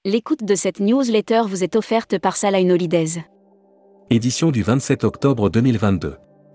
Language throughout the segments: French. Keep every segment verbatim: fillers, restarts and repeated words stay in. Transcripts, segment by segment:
L'écoute de cette newsletter vous est offerte par Salah Holidays. Édition du vingt-sept octobre deux mille vingt-deux.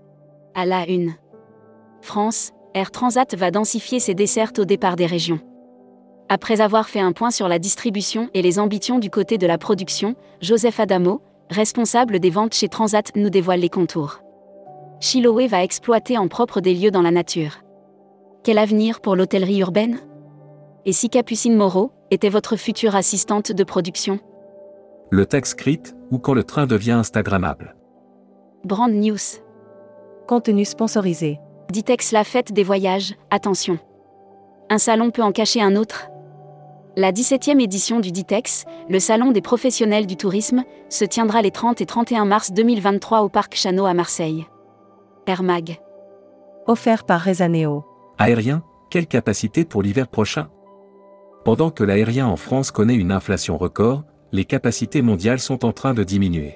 À la une. France, Air Transat va densifier ses dessertes au départ des régions. Après avoir fait un point sur la distribution et les ambitions du côté de la production, Joseph Adamo, responsable des ventes chez Transat, nous dévoile les contours. Chiloé va exploiter en propre des lieux dans la nature. Quel avenir pour l'hôtellerie urbaine ? Et si Capucine Moreau était votre future assistante de production ? Le texte script, ou quand le train devient instagrammable. Brand News. Contenu sponsorisé. Ditex, la fête des voyages, attention. Un salon peut en cacher un autre ? La dix-septième édition du Ditex, le salon des professionnels du tourisme, se tiendra les trente et trente et un mars deux mille vingt-trois au Parc Chano à Marseille. Air Mag. Offert par Rezaneo. Aérien, quelle capacité pour l'hiver prochain ? Pendant que l'aérien en France connaît une inflation record, les capacités mondiales sont en train de diminuer.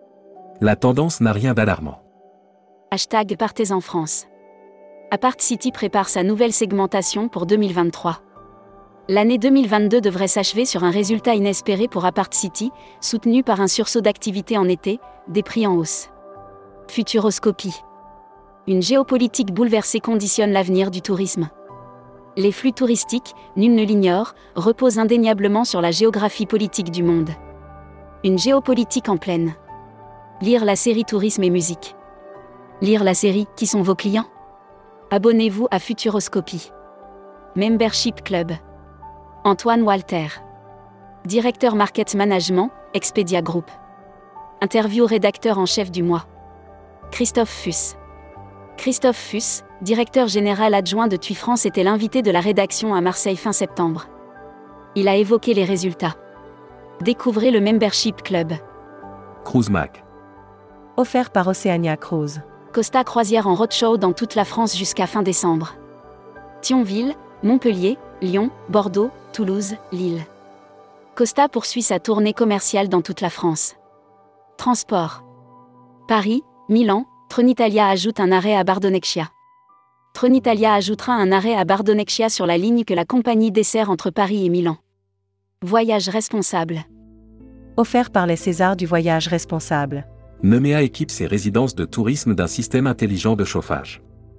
La tendance n'a rien d'alarmant. Hashtag Partez en France. Apart City prépare sa nouvelle segmentation pour deux mille vingt-trois. L'année deux mille vingt-deux devrait s'achever sur un résultat inespéré pour Apart City, soutenu par un sursaut d'activité en été, des prix en hausse. Futuroscopie. Une géopolitique bouleversée conditionne l'avenir du tourisme. Les flux touristiques, nul ne l'ignore, reposent indéniablement sur la géographie politique du monde. Une géopolitique en pleine. Lire la série Tourisme et musique. Lire la série Qui sont vos clients ? Abonnez-vous à Futuroscopie. Membership Club. Antoine Walter. Directeur Market Management, Expedia Group. Interview rédacteur en chef du mois. Christophe Fuss. Christophe Fuss, directeur général adjoint de TUI France, était l'invité de la rédaction à Marseille fin septembre. Il a évoqué les résultats. Découvrez le Membership Club. Cruise Mag. Offert par Oceania Cruise. Costa Croisière en roadshow dans toute la France jusqu'à fin décembre. Thionville, Montpellier, Lyon, Bordeaux, Toulouse, Lille. Costa poursuit sa tournée commerciale dans toute la France. Transport. Paris, Milan, Trenitalia ajoute un arrêt à Bardonecchia. Trenitalia ajoutera un arrêt à Bardonecchia sur la ligne que la compagnie dessert entre Paris et Milan. Voyage responsable. Offert par les Césars du voyage responsable. Nemea équipe ses résidences de tourisme d'un système intelligent de chauffage.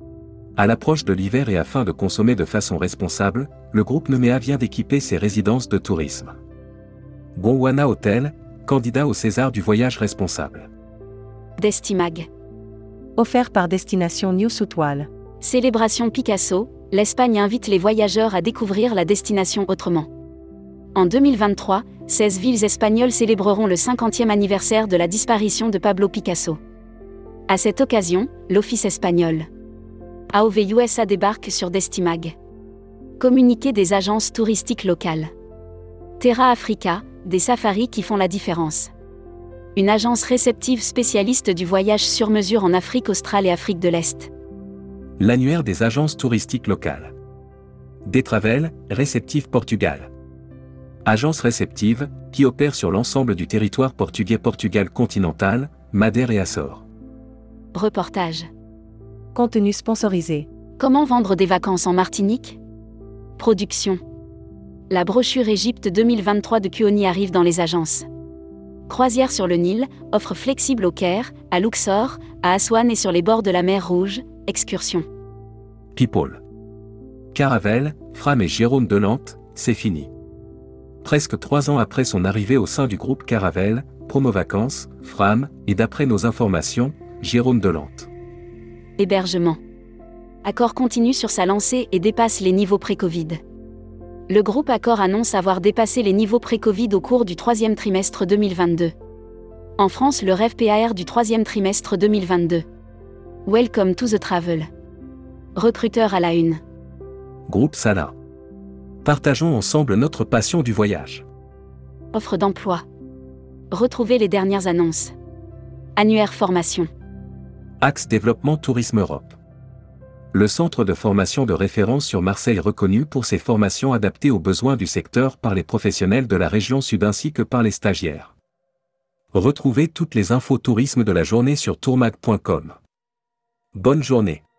À l'approche de l'hiver et afin de consommer de façon responsable, le groupe Nemea vient d'équiper ses résidences de tourisme. Gondwana Hotel, candidat au César du voyage responsable. Destimag. Offert par Destination New Southwell. Célébration Picasso, l'Espagne invite les voyageurs à découvrir la destination autrement. En deux mille vingt-trois, seize villes espagnoles célébreront le cinquantième anniversaire de la disparition de Pablo Picasso. À cette occasion, l'Office espagnol A O V U S A débarque sur Destimag. Communiqué des agences touristiques locales. Terra Africa, des safaris qui font la différence. Une agence réceptive spécialiste du voyage sur mesure en Afrique australe et Afrique de l'Est. L'annuaire des agences touristiques locales. Detravel, Réceptive Portugal. Agence réceptive, qui opère sur l'ensemble du territoire portugais Portugal continental, Madère et Açores. Reportage. Contenu sponsorisé. Comment vendre des vacances en Martinique ? Production. La brochure Égypte deux mille vingt-trois de Kuoni arrive dans les agences. Croisière sur le Nil, offre flexible au Caire, à Luxor, à Aswan et sur les bords de la mer Rouge, excursion. People. Caravelle, Fram et Jérôme Delante, c'est fini. Presque trois ans après son arrivée au sein du groupe Caravelle, Promovacances, Fram, et d'après nos informations, Jérôme Delante. Hébergement. Accor continue sur sa lancée et dépasse les niveaux pré-Covid. Le groupe Accor annonce avoir dépassé les niveaux pré-Covid au cours du troisième trimestre deux mille vingt-deux. En France, le rêve P A R du troisième trimestre deux mille vingt-deux. Welcome to the travel. Recruteur à la une. Groupe Salah. Partageons ensemble notre passion du voyage. Offre d'emploi. Retrouvez les dernières annonces. Annuaire formation. Axe Développement Tourisme Europe. Le centre de formation de référence sur Marseille reconnu pour ses formations adaptées aux besoins du secteur par les professionnels de la région sud ainsi que par les stagiaires. Retrouvez toutes les infos tourisme de la journée sur tourmag point com. Bonne journée.